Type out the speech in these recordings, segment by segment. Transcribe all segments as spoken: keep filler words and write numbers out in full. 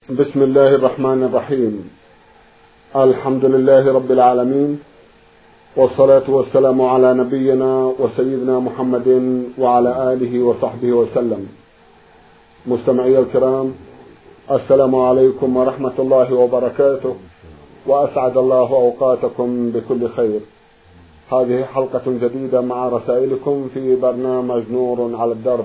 بسم الله الرحمن الرحيم. الحمد لله رب العالمين، والصلاة والسلام على نبينا وسيدنا محمد وعلى آله وصحبه وسلم. مستمعي الكرام، السلام عليكم ورحمة الله وبركاته، وأسعد الله أوقاتكم بكل خير. هذه حلقة جديدة مع رسائلكم في برنامج نور على الدرب.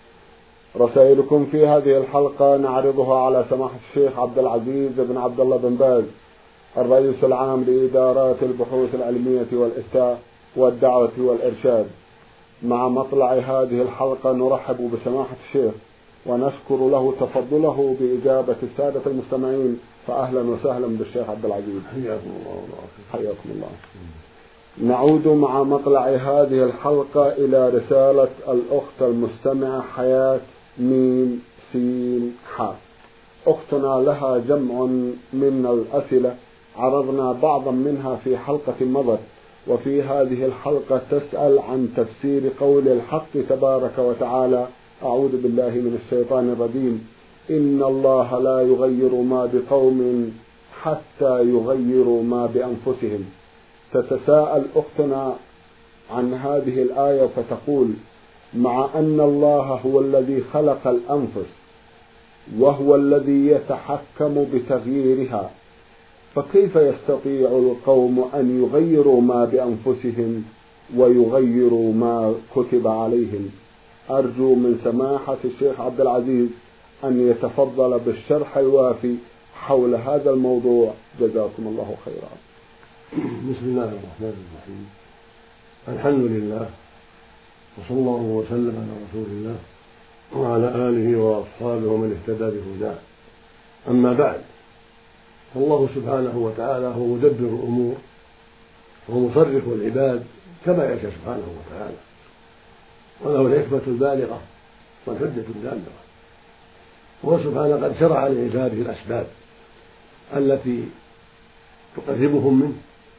رسائلكم في هذه الحلقة نعرضها على سماحة الشيخ عبد العزيز بن عبد الله بن باز، الرئيس العام لإدارات البحوث العلمية والإفتاء والدعوة والإرشاد. مع مطلع هذه الحلقة نرحب بسماحة الشيخ ونشكر له تفضله بإجابة السادة المستمعين، فأهلا وسهلا بالشيخ عبد العزيز. حياكم الله. حياكم الله. نعود مع مطلع هذه الحلقة إلى رسالة الأخت المستمعة حياة ميم سين حاء. أختنا لها جمع من الأسئلة، عرضنا بعضا منها في حلقة مضت، وفي هذه الحلقة تسأل عن تفسير قول الحق تبارك وتعالى: أعوذ بالله من الشيطان الرجيم، إن الله لا يغير ما بقوم حتى يغيروا ما بأنفسهم. تتساءل أختنا عن هذه الآية فتقول: مع أن الله هو الذي خلق الأنفس وهو الذي يتحكم بتغييرها، فكيف يستطيع القوم أن يغيروا ما بأنفسهم ويغيروا ما كتب عليهم؟ أرجو من سماحة الشيخ عبد العزيز أن يتفضل بالشرح الوافي حول هذا الموضوع، جزاكم الله خيرا. بسم الله الرحمن الرحيم. الحمد لله، وصلى الله وسلم على رسول الله وعلى آله وأصحابه ومن اهتدى بهداه. أما بعد، فالله سبحانه وتعالى هو مدبر الأمور ومصرف العباد كما يشاء سبحانه وتعالى، وله الحكمة البالغة والحجة الدامغة. هو سبحانه قد شرع لعباده الأسباب التي تقربهم منه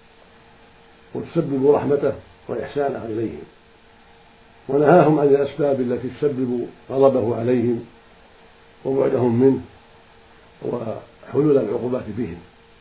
وتسبب رحمته وإحسانه إليهم، ونهاهم عن الأسباب التي تسبب غضبه عليهم وبعدهم منه وحلول العقوبات بهم.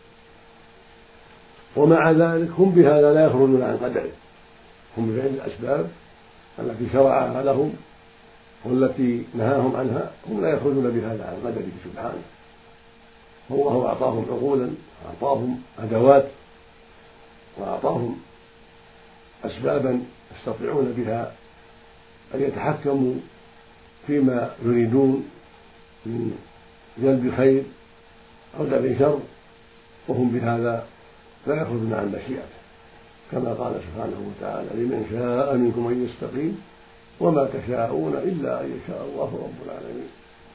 ومع ذلك هم بهذا لا يخرجون عن قدره، هم بفعل الأسباب التي شرعها لهم والتي نهاهم عنها هم لا يخرجون بهذا عن قدره سبحانه. والله أعطاهم عقولا وأعطاهم أدوات وأعطاهم أسبابا يستطيعون بها أن يتحكموا فيما يريدون من جلب خير أو دفع شر، وهم بهذا لا يخرجون عن مشيئته، كما قال سبحانه وتعالى: لمن شاء منكم أن يستقيم وما تشاءون إلا أن يشاء الله رب العالمين.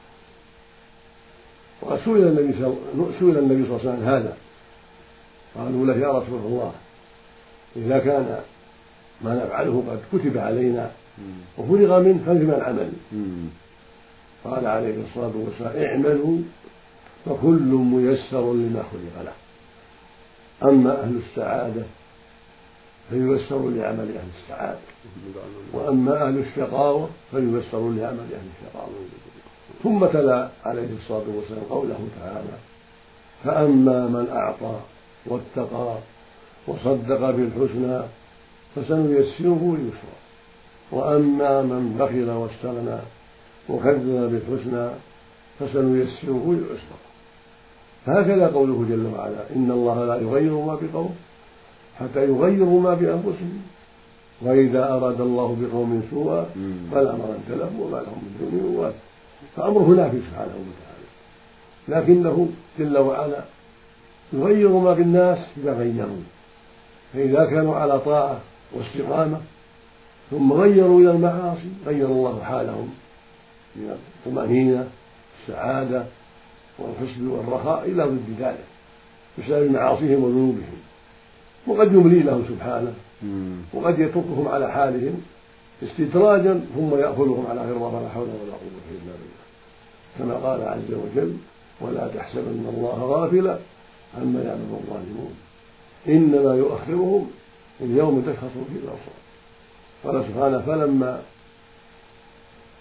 وقد سئل النبي سئل النبي صلى الله عليه وسلم هذا، قالوا له: يا رسول الله، إذا كان ما نفعله قد كتب علينا وفرغ منه فلما العمل؟ قال عليه الصلاة والسلام: اعملوا فكل ميسر لما خلق له. أما أهل السعادة فييسروا لعمل أهل السعادة، وأما أهل الشقاوة فييسروا لعمل أهل الشقاوة. ثم تلا عليه الصلاة والسلام قوله تعالى: فأما من أعطى واتقى وصدق بالحسنى فسنيسره لليسرى، وأما من بخل واستغنى وكذب بالحسنى فسنيسره للعسرى. فهكذا قوله جل وعلا: إن الله لا يغير ما بقوم حتى يغيروا ما بأنفسهم، وإذا أراد الله بقوم سوءا فلا مرد له وما لهم من دونه من وال. فأمره نافذ سبحانه وتعالى، لكنه جل وعلا يغير ما بالناس إذا غيروا، فإذا كانوا على طاعة واستقامة ثم غيروا إلى المعاصي غير الله حالهم من الطمأنينة السعادة والحسن والرخاء إلى ضد ذلك بسبب معاصيهم وذنوبهم. وقد يملي لهم سبحانه، وقد يتركهم على حالهم استدراجا ثم يأخذهم على غير الله، ولا حول ولا قوة إلا بالله، كما قال عز وجل: ولا تحسبن الله غافلا عما يعمل الظالمون إنما يؤخرهم اليوم تشخص فيه الأبصار. قال سبحانه: فلما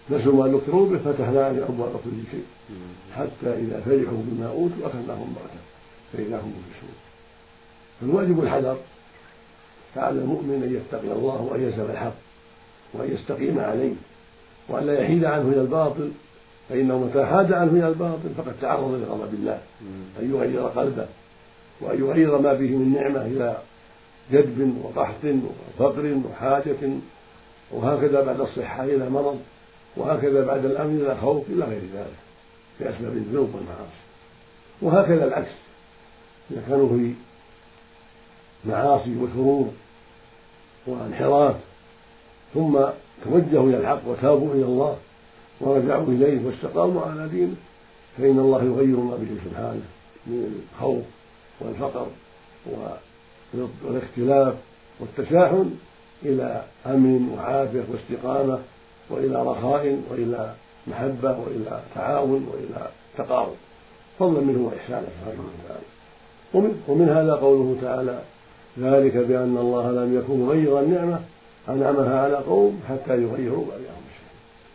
نسوا ما ذكروا به فتحنا عليهم أبواب كل شيء حتى إذا فرحوا بما أوتوا أخذناهم بغتة فإذا هم مبلسون. فالواجب الحذر فعلى المؤمن أن يتقي الله وأن يلزم الحق وأن يستقيم عليه وأن لا يحيد عنه إلى الباطل، فإنه متى حاد عنه إلى الباطل فقد تعرض لغضب الله، أن يغير قلبه وأن يغير ما به من نعمة إلى جدب وقحط وفقر وحاجة، وهكذا بعد الصحة إلى مرض، وهكذا بعد الأمن إلى خوف إلى غير ذلك بأسباب الذنوب والمعاصي. وهكذا العكس، إذا كانوا في معاصي وشرور وانحراف ثم توجهوا إلى الحق وتابوا إلى الله ورجعوا إليه واستقاموا على دينه فإن الله يغير ما به سبحانه من الخوف والفقر والاختلاف والتشاحن إلى أمن وعافية واستقامة وإلى رخاء وإلى محبة وإلى تعاون وإلى تقارب فضلا منه وإحسانه سبحانه وتعالى. ومن هذا قوله تعالى: ذلك بأن الله لم يكن مغيرا نعمة أنعمها على قوم حتى يغيروا ما بأنفسهم.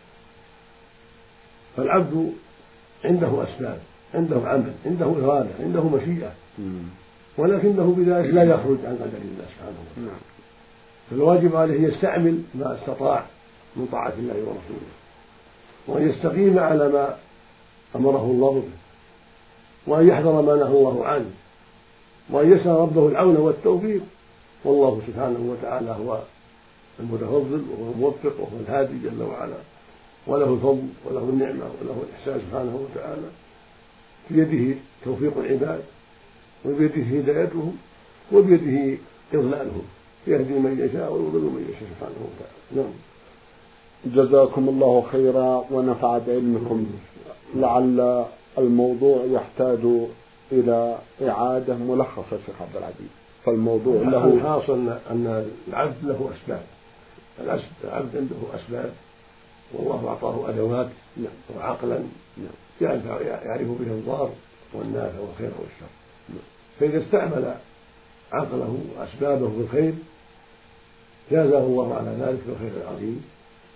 فالعبد عنده أسباب، عنده عمل، عنده إرادة، عنده مشيئة، ولكنه بذلك لا يخرج عن قدر الله سبحانه وتعالى. فالواجب عليه يستعمل ما استطاع من طاعة الله ورسوله وأن يستقيم على ما أمره الله به وأن يحذر ما نهى الله عنه وأن يسأل ربه العون والتوفيق، والله سبحانه وتعالى هو المتفضل وهو الموفق وهو الهادي جل وعلا، وله الفضل وله النعمة وله الإحسان سبحانه وتعالى. في يده توفيق العباد وبيده هدايتهم وبيده إضلالهم، يهدي من يشاء ويضل من يشاء سبحانه وتعالى. نعم. جزاكم الله خيرا ونفع بعلمكم. لعل الموضوع يحتاج إلى إعادة ملخصة شيخ عبد العزيز. فالموضوع له الحاصل أن العبد له أسباب، العبد عنده أسباب والله أعطاه أدوات وعقلا يعرف به الضار والنافع والخير والشر، فإذا استعمل عقله وأسبابه بالخير جازاه الله على ذلك بالخير العظيم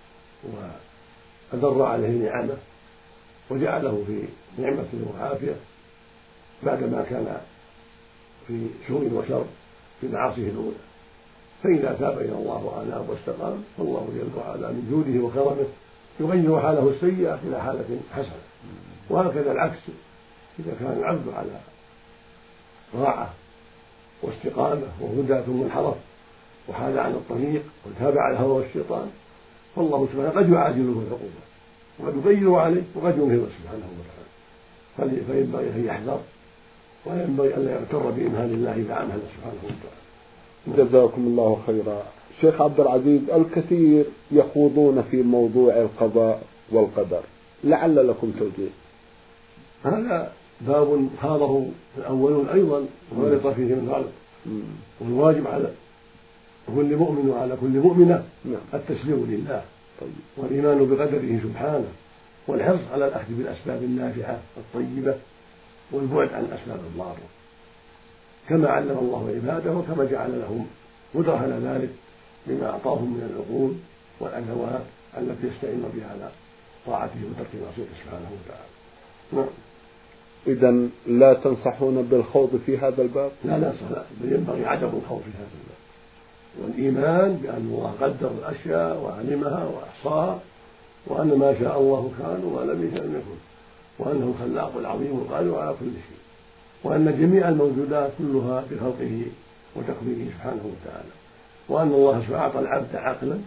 وأدر عليه نعمه وجعله في نعمة وعافية بعدما كان في سوء وشر في معاصيه الأولى. فإذا تاب إلى الله وأناب واستقام فالله جل وعلا من جوده وكرمه يغير حاله السيئة إلى حالة حسنة. وهكذا العكس، إذا كان العبد على طاعة واستقامة وهدى ثم انحرف وحاد عن الطريق وتابع الهوى والشيطان فالله سبحانه قد يعاجله بالعقوبة وقد يغير عليه وقد ينهض سبحانه وتعالى. فينبغي أن يحذر وينبغي أن لا يغتر بإمهال الله إذا عمل سبحانه وتعالى. جزاكم الله خيرا. شيخ عبد العزيز، الكثير يخوضون في موضوع القضاء والقدر، لعل لكم توجيه. هذا باب خاضه الأولون أيضا وغلط فيه من غلط، والواجب على كل مؤمن وعلى كل مؤمنة التسليم لله والإيمان بقدره سبحانه والحرص على الأخذ بالأسباب النافعة الطيبة والبعد عن الأسباب الضارة كما علم الله عباده وكما جعل لهم قدرة على ذلك بما أعطاهم من العقول والأدوات التي يستعين بها على طاعته وترك معصيته سبحانه وتعالى. نعم. إذن لا تنصحون بالخوض في هذا الباب؟ لا لا صلاة، بل ينبغي عدم الخوض في هذا الباب والإيمان بأن الله قدر الأشياء وعلمها وأحصاها وأن ما شاء الله كان وما لم يشاء لم يكن وأنه الخلاق العظيم القادر على كل شيء وأن جميع الموجودات كلها بخلقه وتكوينه سبحانه وتعالى وأن الله سبحانه أعطى العبد عقلا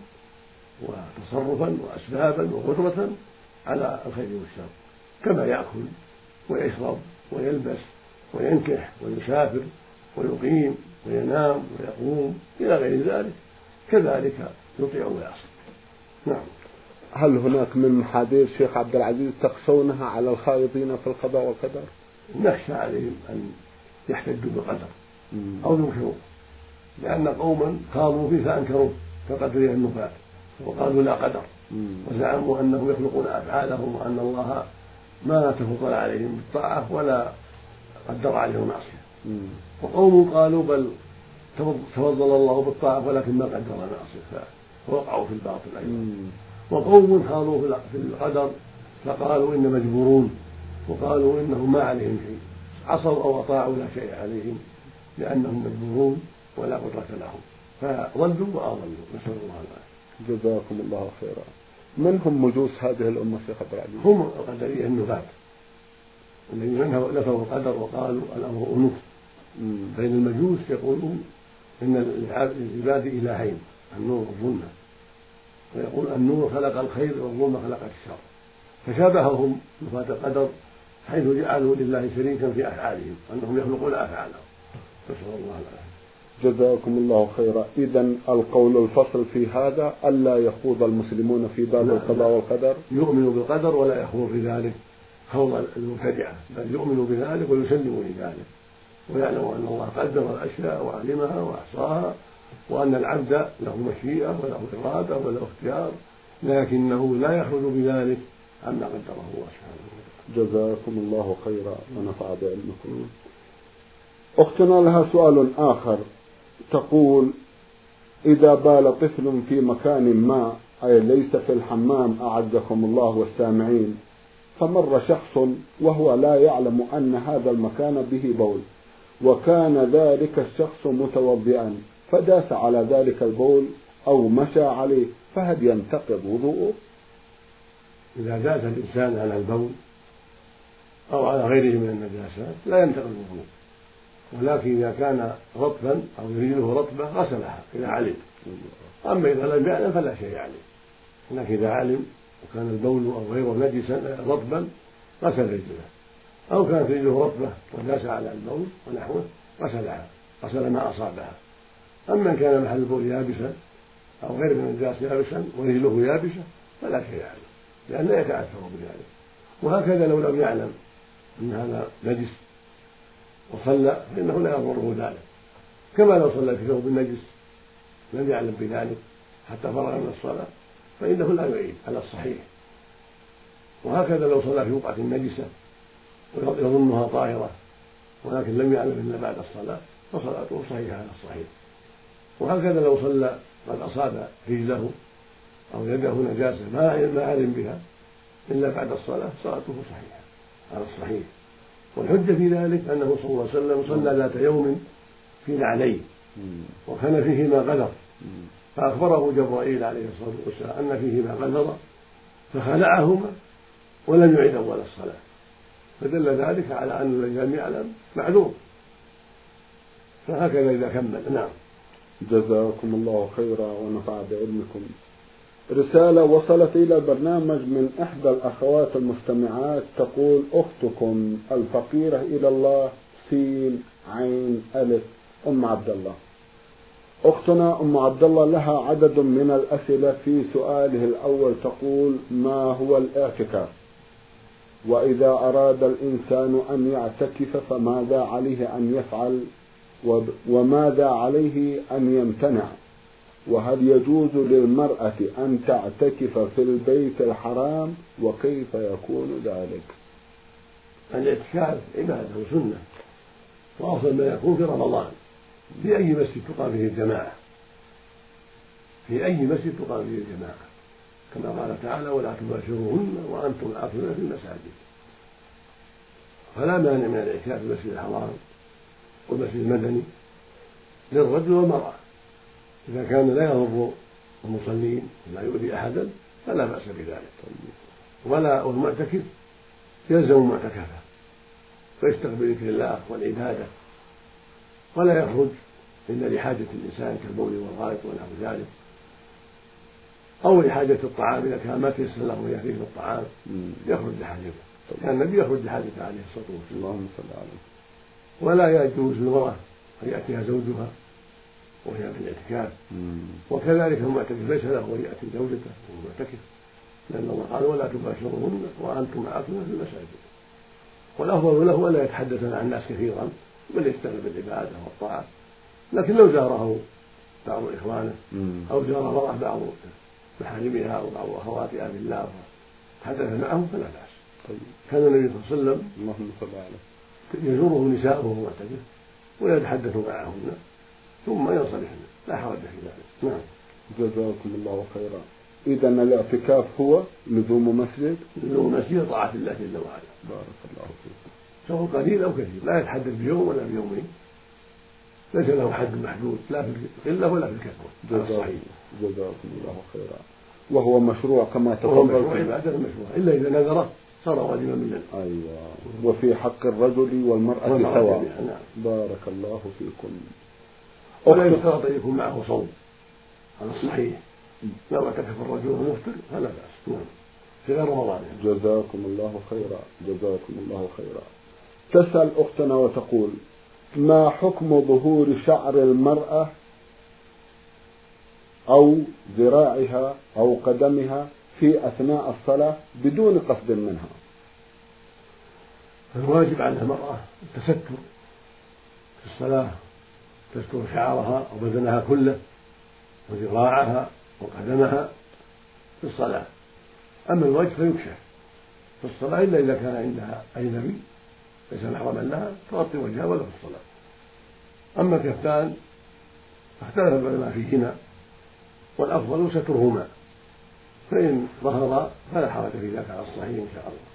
وتصرفا وأسبابا وقدرة على الخير والشر كما يأكل ويشرب ويلبس وينكح ويسافر ويقيم وينام ويقوم إلى غير ذلك كذلك يطيع ويعصي. نعم. هل هناك من محاذير شيخ عبد العزيز تخشونها على الخائضين في القضاء والقدر؟ نخشى عليهم أن يحتجوا بالقدر أو ينكروا، لأن قوما خاضوا فيه فأنكروه كقدرية النفاة وقالوا لا قدر وزعموا أنهم يخلقون أفعالهم وأن الله ما تفضل عليهم بالطاعة ولا قدر عليهم معصية. وقوم قالوا بل تفضل الله بالطاعة ولكن ما قدر معصية فوقعوا في الباطل أيضا. وقوم خاضوا في القدر فقالوا إن مجبورون، وقالوا إنهم ما عليهم شيء، عصوا أو أطاعوا لا شيء عليهم لأنهم مجبورون ولا قدرة لهم، فضلوا وأضلوا، نسأل الله العافية. جزاكم الله خيرا. من هم مجوس هذه الأمة شيخ عبد العزيز؟ هم القدرية النفاة الذين نفوا القدر وقالوا الأمر أنوف. بين المجوس يقولون إن للعباد إلهين، النور والظلمة، ويقول النور خلق الخير والظلمة خلق الشر، فشابههم نفاة القدر حيث جعلوا لله شريكا في أفعالهم، أنهم يخلقون أفعالهم، نسأل الله العافية. جزاكم الله خيرا. إذن القول الفصل في هذا ألا يخوض المسلمون في باب القضاء والقدر، يؤمن بالقدر ولا يخوض في ذلك خوض المبتدعة، بل يؤمن بذلك ويسلم لذلك، ويعلم أن الله قدر الأشياء وعلمها وأحصاها، وأن العبد له مشيئة وله إرادة وله اختيار، لكنه لا يخرج بذلك عما قدره الله سبحانه وتعالى. جزاكم الله خيرا ونفع بعلمكم. أختنا لها سؤال آخر، تقول: إذا بال طفل في مكان ما، أي ليس في الحمام أعزكم الله والسامعين، فمر شخص وهو لا يعلم أن هذا المكان به بول، وكان ذلك الشخص متوضئا فداس على ذلك البول أو مشى عليه، فهل ينتقض وضوءه؟ إذا داس الإنسان على البول أو على غيره من النجاسات لا ينتقض الوضوء، ولكن إذا كان رطبا أو يريده رطبة غسلها إذا علم، أما إذا لم يعلم فلا شيء عليه. لكن إذا علم وكان البول أو غيره نجسا رطبا غسل رجله، أو كانت رجله رطبة وداس على البول ونحوه غسلها، غسل ما أصابها. أما إن كان محل البول يابسا أو غير من النجاس يابسا ورجله يابسة فلا شيء عليه، لأن لا يتأثر بذلك. وهكذا لو لم يعلم أن هذا نجس وصلى فإنه لا يضره ذلك، كما لو صلى في ثوب النجس لم يعلم بذلك حتى فرغ من الصلاة فإنه لا يعيد على الصحيح. وهكذا لو صلى في بقعة نجسة ويظنها طاهرة ولكن لم يعلم إلا بعد الصلاة فصلاته صحيحة على الصحيح. وهكذا لو صلى قد أصاب رجله أو يده نجاسة ما علم بها إلا بعد الصلاة صلاته صحيحة على الصحيح. والحجة في ذلك أنه صلى الله عليه وسلم صلى ذات يوم في نعلين وكان فيهما قدر، فأخبره جبرائيل عليه الصلاة والسلام أن فيهما قدر فخلعهما ولم يعد أول الصلاة، فدل ذلك على أن الذي لم يعلم معذور. فهكذا إذا كمل. نعم. جزاكم الله خيرا ونفع بعلمكم. رسالة وصلت إلى البرنامج من إحدى الأخوات المستمعات تقول: أختكم الفقيرة إلى الله سين عين ألف أم عبد الله. أختنا أم عبد الله لها عدد من الأسئلة. في سؤاله الأول تقول: ما هو الاعتكاف؟ وإذا أراد الإنسان أن يعتكف فماذا عليه أن يفعل؟ وماذا عليه أن يمتنع؟ وهل يجوز للمرأة أن تعتكف في البيت الحرام؟ وكيف يكون ذلك؟ الاعتكاف عبادة وسنة، وأفضل ما يكون في رمضان في أي مسجد تقام فيه الجماعة، في أي مسجد تقام فيه الجماعة، كما قال تعالى: ولا تباشروهن وأنتم عاكفون في المساجد. فلا مانع من الاعتكاف في المسجد الحرام والمسجد المدني للرجل والمرأة إذا كان لا يضر المصلين ولا يؤذي أحدا فلا بأس بذلك. ولا والمعتكف يلزم معتكفه فيستقبل ذكر الله والعبادة ولا يخرج إلا لحاجة الإنسان كالبول والغائط ونحو ذلك، أو لحاجة الطعام إذا كان ما تيسر له يأتيه الطعام يخرج لحاجته، كان النبي يخرج لحاجته عليه الصلاة والسلام. ولا يجوز للمرأة أن يأتيها زوجها وهي في الاعتكاف، وكذلك المعتكف ليس له أن يأتي زوجته وهو معتكف، لأن الله قال: ولا تباشرون وأنتم عاكفون في المساجد. والأفضل له ألا يتحدث مع الناس كثيرا بل يشتغل بالعبادة والطاعة. لكن لو زاره بعض إخوانه أو زار مرأة بعض محارمها أو بعض أخواتها بالله تحدث معهم فلا بأس. كان النبي صلى الله عليه وسلم اللهم صل عليه يزوره نساءه وهو معتكف ويتحدث معهن ثم ينصرفن، لا حرج في ذلك. نعم. جزاكم الله خيرا. إذا الاعتكاف هو لزوم مسجد، لزوم مسجد طاعة الله جل وعلا. بارك الله فيكم. سواء قليل أو كثير، لا يتحدد بيوم ولا بيومين، ليس له حد محدود لا في القلة ولا في الكثرة. جزاكم الله خيرا. وهو مشروع كما تفضلت. وهو مشروع عبادة مشروع، إلا إذا نذره صار واجبا من الله. أيوة. وفي حق الرجل والمرأة سواء. نعم. بارك الله فيكم. ولا يشترط أن يكون معه صوم، هذا الصحيح. لو اعتكف الرجل وهو مفطر فلا بأس. نعم. في غير رمضان. جزاكم الله خيرا. جزاكم الله خيرا. تسأل أختنا وتقول: ما حكم ظهور شعر المرأة أو ذراعها أو قدمها في أثناء الصلاة بدون قصد منها؟ الواجب على المرأة التستر في الصلاة، تستر شعرها وبدنها كله وذراعها وقدمها في الصلاة. أما الوجه فيكشف في الصلاة إلا إذا كان عندها أجنبي ليس محرما لها تغطي وجهها ولا في الصلاة. أما الكفان فاختلف العلماء فيهما، والأفضل سترهما، فإن ظهر فلا حرج في ذلك على الصحيح إن شاء الله.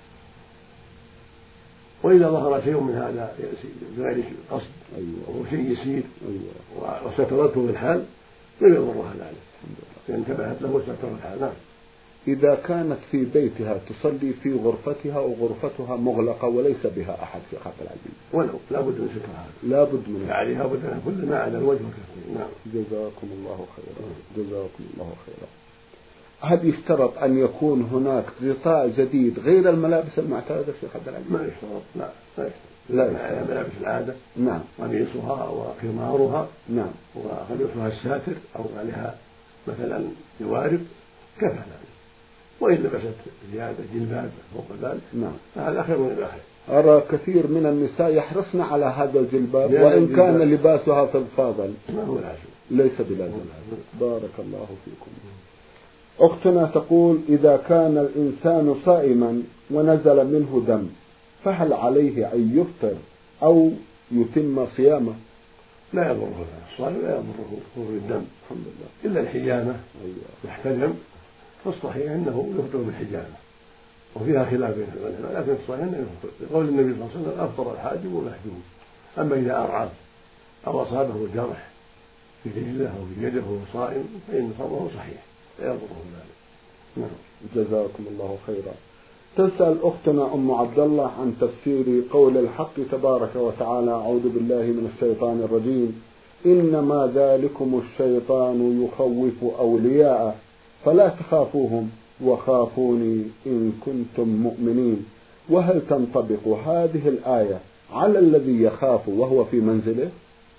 وإذا ظهر شيء من هذا بغير قصد أو شيء يسير وسترته بالحال لم يضرها ذلك، فإن انتبهت له وسترت الحال. نعم. إذا كانت في بيتها تصلي في غرفتها وغرفتها مغلقة وليس بها أحد في حق العزيز، ولو لا بد من سترها، لا بد من عليها بدنها كل ما عدا الوجه والكفين. نعم. جزاكم الله خيرا. جزاكم الله خيرا. هل يشترط أن يكون هناك غطاء جديد غير الملابس المعتادة في حق العزيز؟ ما يشترط. لا لا يشترط. لا يشترط. ملابس العادة. نعم. قميصها وخمارها. نعم. وقميصها الساتر أو عليها مثلا جوارب كفى ذلك. وإن لبست زيادة جلباب فوق ذلك نعم فهذا خير من الآخر. أرى كثير من النساء يحرصن على هذا الجلباب وإن كان لباسها فضفاضا ما هو لازم، ليس بلازم. بارك الله فيكم. أختنا تقول: إذا كان الإنسان صائما ونزل منه دم فهل عليه أن يفطر أو يتم صيامه؟ لا يضره الصائم، لا يضره خروج الدم الحمد لله، إلا الحجامة يحتجم، فالصحيح أنه يفطر بالحجامة، وفيها خلاف بين العلماء، لكن الصحيح أنه يفطر لقول النبي صلى الله عليه وسلم: أفطر الحاجب والمحجوم. أما إذا أرعى أو أصابه جرح في رجله أو في يده وهو صائم فإن فطره صحيح لا يضره ذلك. نعم. جزاكم الله خيرا. تسأل أختنا أم عبد الله عن تفسير قول الحق تبارك وتعالى: أعوذ بالله من الشيطان الرجيم، إنما ذلكم الشيطان يخوف أولياءه فلا تخافوهم وخافوني إن كنتم مؤمنين. وهل تنطبق هذه الآية على الذي يخاف وهو في منزله؟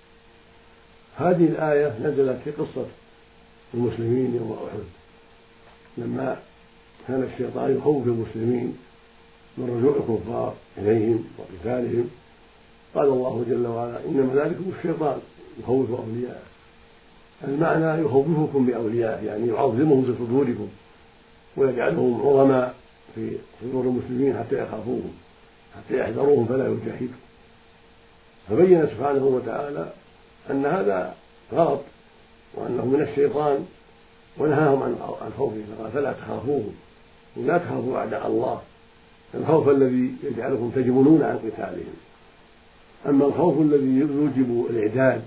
هذه الآية نزلت في قصة المسلمين يوم أحد، لما كان الشيطان يخوف المسلمين من رجوع الكفار إليهم وقتالهم. قال الله جل وعلا: إنما ذلكم الشيطان يخوف أولياءه. المعنى يخوفكم بأولياء، يعني يعظمهم في صدوركم ويجعلهم عظماء في صدور المسلمين حتى يخافوهم، حتى يحذروهم فلا يجاهدوا. فبين سبحانه وتعالى أن هذا غلط وأنه من الشيطان، ونهاهم عن خوفه، فقال: فلا تخافوهم، لا تخافوا أعداء الله، الخوف الذي يجعلكم تجبنون عن قتالهم. أما الخوف الذي يوجب الإعداد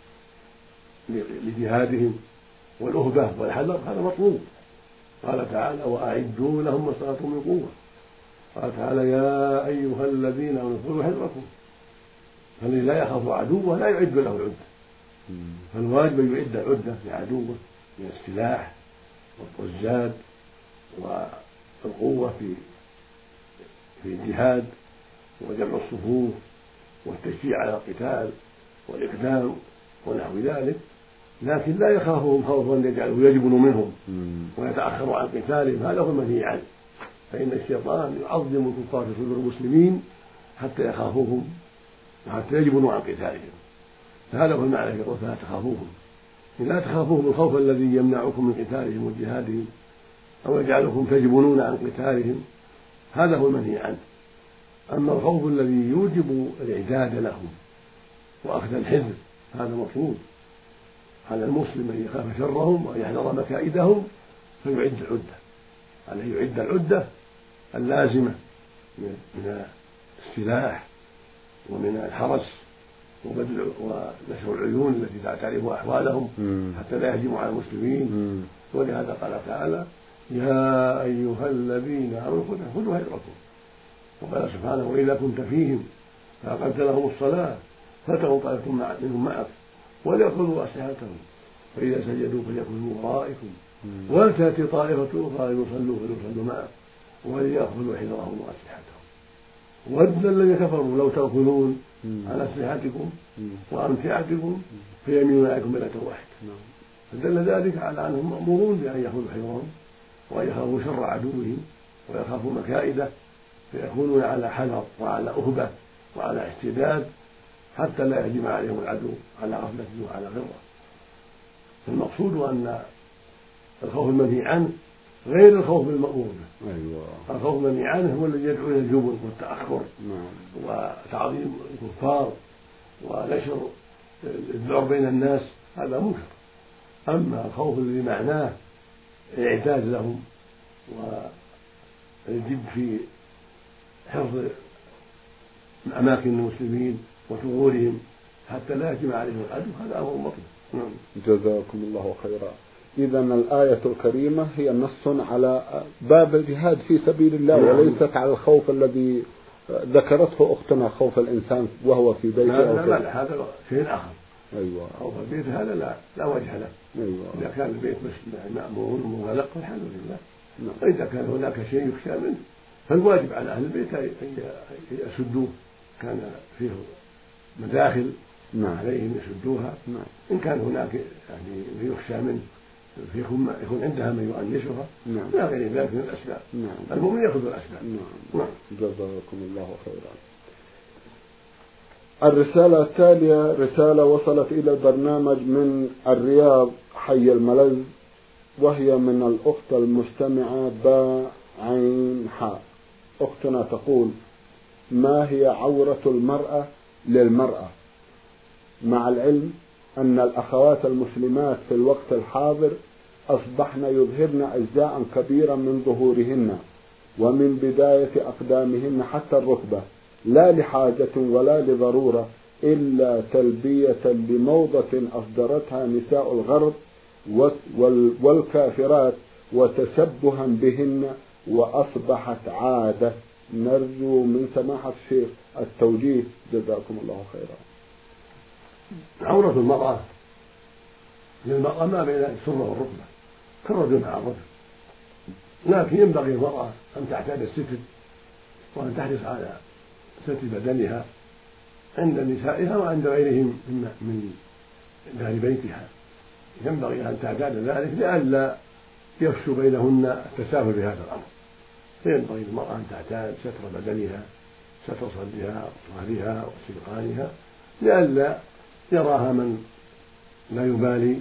لجهادهم والأهبة والحذر هذا مطلوب. قال تعالى: وأعدوا لهم ما استطعتم من قوة. قال تعالى: يا أيها الذين آمنوا خذوا حذركم. فالذي لا يخاف عدوه لا يعد له العدة، فالواجب أن يعد العدة لعدوه من السلاح والزاد والقوة في في الجهاد وجمع الصفوف والتشجيع على القتال والإقدام ونحو ذلك، لكن لا يخافهم خوفا يجعله يجبن منهم ويتأخر عن قتالهم، هذا هو المنهي عنه. فإن الشيطان يعظم الكفار في صدور المسلمين حتى يخافوهم وحتى يجبنوا عن قتالهم، هذا هو المعنى في قوله: فلا تخافوهم. لا تخافوهم الخوف الذي يمنعكم من قتالهم وجهادهم أو يجعلكم تجبنون عن قتالهم، هذا هو المنهي عنه. أما الخوف الذي يوجب الإعداد لهم وأخذ الحذر هذا مطلوب على المسلم، أن يخاف شرهم وأن يحذر مكائدهم فيعد العدة، عليه يعد العدة اللازمة من السلاح ومن الحرس وبذل ونشر العيون التي تعرف أحوالهم حتى لا يهجموا على المسلمين. ولهذا قال تعالى: يا أيها الذين آمنوا خذوا حذركم. وقال سبحانه: وإذا كنت فيهم فأقمت لهم الصلاة فلتقم طائفة منهم معك وليأخذوا أسلحتهم فإذا سجدوا فليكونوا من ورائكم ولتأتي طائفة أخرى يصلوا فليصلوا معك وليأخذوا حذرهم وأسلحتهم ود الذين كفروا لو تأخذون على أسلحتكم وأمتعتكم فيميلون عليكم ميلة واحدة. فدل ذلك على أنهم مأمورون بأن يأخذوا حذرهم وأن يخافوا شر عدوهم ويخافوا مكائده، فيكونون على حذر وعلى أهبة وعلى استعداد حتى لا يهجم عليهم العدو على غفلة وعلى غرة. فالمقصود أن الخوف المنهي عنه غير الخوف بالمأمور به. أيوة. الخوف المنهي عنه هو الذي يدعو إلى الجبن والتأخر وتعظيم الكفار ونشر الذعر بين الناس، هذا منكر. أما الخوف الذي معناه الإعداد لهم والجد في حفظ أماكن المسلمين وثغورهم حتى لا يهجم عليهم العدو، هذا أمر مطلوب. جزاكم الله خيرا. إذا الآية الكريمة هي نص على باب الجهاد في سبيل الله وليست على الخوف الذي ذكرته أختنا، خوف الإنسان وهو في بيته. لا لا, لا, لا هذا شيء آخر. أيوة. خوف البيت هذا لا لا وجه له. أيوة. إذا كان البيت مأمون ومغلق فالحمد لله. نعم. وإذا كان هناك شيء يخشى منه فالواجب على أهل البيت أن يسدوه، كان فيه مداخل نعم. عليهم يسدوها. نعم. إن كان هناك يعني يخشى منه يكون يكون عندها من يؤنسها. نعم. لا غير ذلك من الأسباب. نعم. المؤمن يأخذ الأسباب. نعم. نعم. جزاكم الله خيرا. الرسالة التالية رسالة وصلت إلى البرنامج من الرياض حي الملز، وهي من الأخت المستمعة باء عين حاء. أختنا تقول: ما هي عورة المرأة للمرأة؟ مع العلم أن الأخوات المسلمات في الوقت الحاضر أصبحن يظهرن أجزاء كبيرة من ظهورهن ومن بداية أقدامهن حتى الركبة، لا لحاجة ولا لضرورة إلا تلبية لموضة أصدرتها نساء الغرب والكافرات وتشبها بهن، وأصبحت عادة. نرجو من سماحة الشيخ التوجيه، جزاكم الله خيرا. عورة المرأة للمرأة ما بين السرة والركبة كالرجل مع الرجل، لكن ينبغي المرأة أن تعتاد الستر وأن تحرص على ستر بدنها عند نسائها وعند غيرهم من أهل بيتها. ينبغي أن تعتاد ذلك لئلا يفشو بينهن التساهل بهذا الأمر، فينبغي للمرأة أن تعتاد ستر بدنها، ستر صدرها وظهرها وسلقانها، لئلا يراها من لا يبالي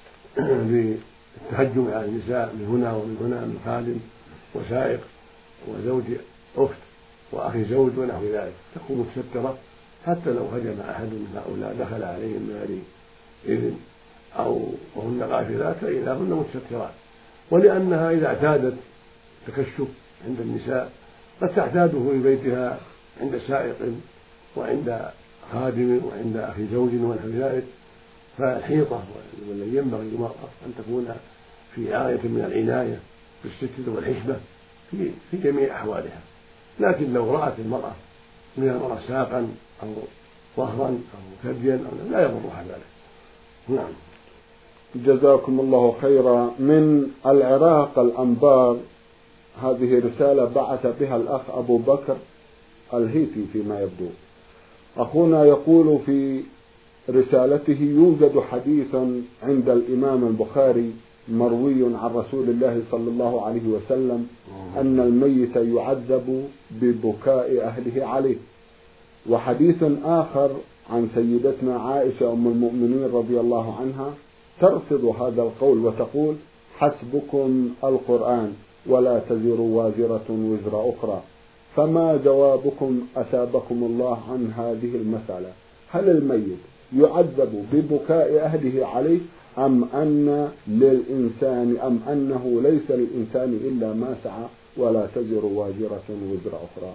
بالتهجم على النساء من هنا ومن هنا من خادم وسائق وزوج أخت وأخي زوج ونحو ذلك، تكون مستترة حتى لو هجم أحد من هؤلاء دخل عليهم من غير إذن أو وهن غافلات فإذا هن مستترات. ولأنها إذا اعتادت تكشف عند النساء قد تعتاده في بيتها عند سائق وعند خادم وعند أخي زوج ونحو ذلك. فالحيطة والذي ينبغي للمرأة أن تكون في غاية من العناية بالستر والحشمة في في جميع أحوالها. لكن لو رأت المرأة من المرأة ساقا أو ظهرا أو ثديا أو لا يضرها ذلك. نعم. جزاكم الله خيرا. من العراق الأنبار، هذه رسالة بعث بها الأخ أبو بكر الهيثي فيما يبدو. أخونا يقول في رسالته: يوجد حديث عند الإمام البخاري مروي عن رسول الله صلى الله عليه وسلم أن الميت يعذب ببكاء أهله عليه، وحديث آخر عن سيدتنا عائشة أم المؤمنين رضي الله عنها ترفض هذا القول وتقول: حسبكم القرآن ولا تزر وازرة وزر أخرى. فما جوابكم أثابكم الله عن هذه المسألة؟ هل الميت يعذب ببكاء أهله عليه أم أن للإنسان أم أنه ليس للإنسان إلا ما سعى ولا تزر واجرة وزر أخرى؟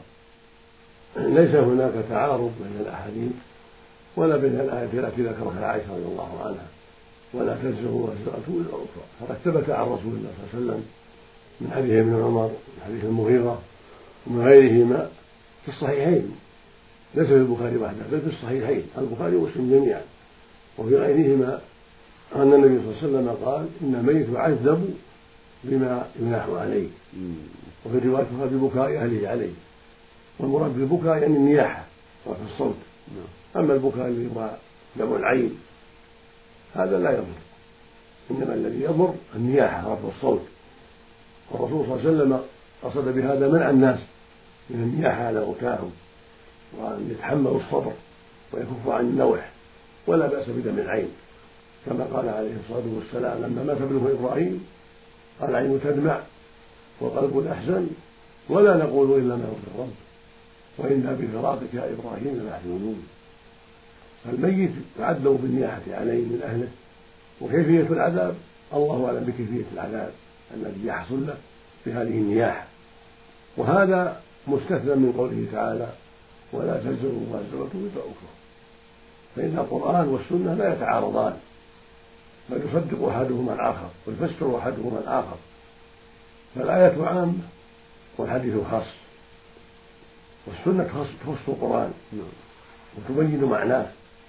ليس هناك تعارض بين الأحاديث ولا بين الآية التي ذكرها عائشة رضي الله عنها، ولا تزر وازرة وزر أخرى، فقد ثبت عن رسول الله صلى الله عليه وسلم من حديث ابن عمر من حديث المغيرة ومن غيرهما في الصحيحين، ليس في البخاري وحده بل في الصحيحين البخاري ومسلم جميعا وفي غيرهما، أن النبي صلى الله عليه وسلم قال إن الميت يعذب بما يناح عليه، وفي الرواية ببكاء أهله عليه، والمراد بالبكاء يعني النياحة رفع الصوت. أما البكاء الذي هو دمع العين هذا لا يضر، إنما الذي يضر النياحة رفع الصوت، والرسول صلى الله عليه وسلم قصد بهذا منع الناس من النياحة على موتاهم، وأن يتحملوا الصبر ويكفوا عن النوح، ولا بأس بدمع العين، كما قال عليه الصلاة والسلام لما مات ابنه إبراهيم قال العين تدمع والقلب يحزن ولا نقول إلا ما يرضي الرب وإنا بفراقك يا إبراهيم لمحزونون. فالميت يعذب بالنياحة عليه من أهله، وكيفية العذاب الله أعلم بكيفية العذاب الذي يحصل له بهذه النياحة، وهذا مستثنى من قوله تعالى ولا تزر وازرة وزر أخرى، فإن القرآن والسنة لا يتعارضان بل يصدق أحدهما الآخر ويفسر أحدهما الآخر، فالآية عامة والحديث خاص، والسنة تخص القرآن وتبين معناه،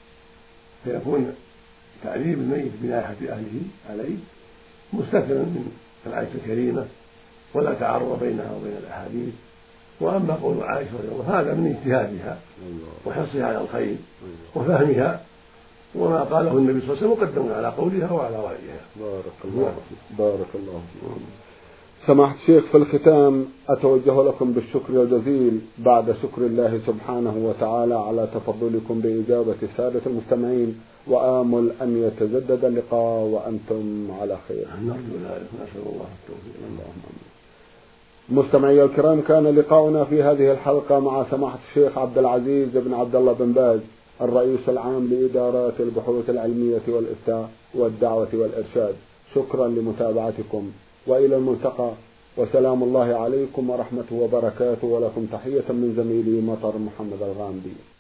فيكون تعذيب الميت بناحة أهله عليه مستثنى من الآية الكريمة ولا تعارض بينها وبين الأحاديث. وأما قول عائشة رضي الله عنها هذا من اجتهادها وحرصها على الخير وفهمها، وما قاله النبي صلى الله عليه وسلم مقدم على قولها وعلى رأيها. بارك الله بارك الله فيكم. سماحة الشيخ، في الختام أتوجه لكم بالشكر الجزيل بعد شكر الله سبحانه وتعالى على تفضلكم بإجابة السادة المستمعين، وآمل أن يتجدد اللقاء وأنتم على خير. نرجو ذلك ونسأل الله التوفيق. اللهم آمين. مستمعي الكرام، كان لقاؤنا في هذه الحلقة مع سماحة الشيخ عبد العزيز بن عبد الله بن باز الرئيس العام لإدارات البحوث العلمية والإفتاء والدعوة والإرشاد. شكرا لمتابعتكم وإلى الملتقى، وسلام الله عليكم ورحمته وبركاته، ولكم تحية من زميلي مطر محمد الغامدي.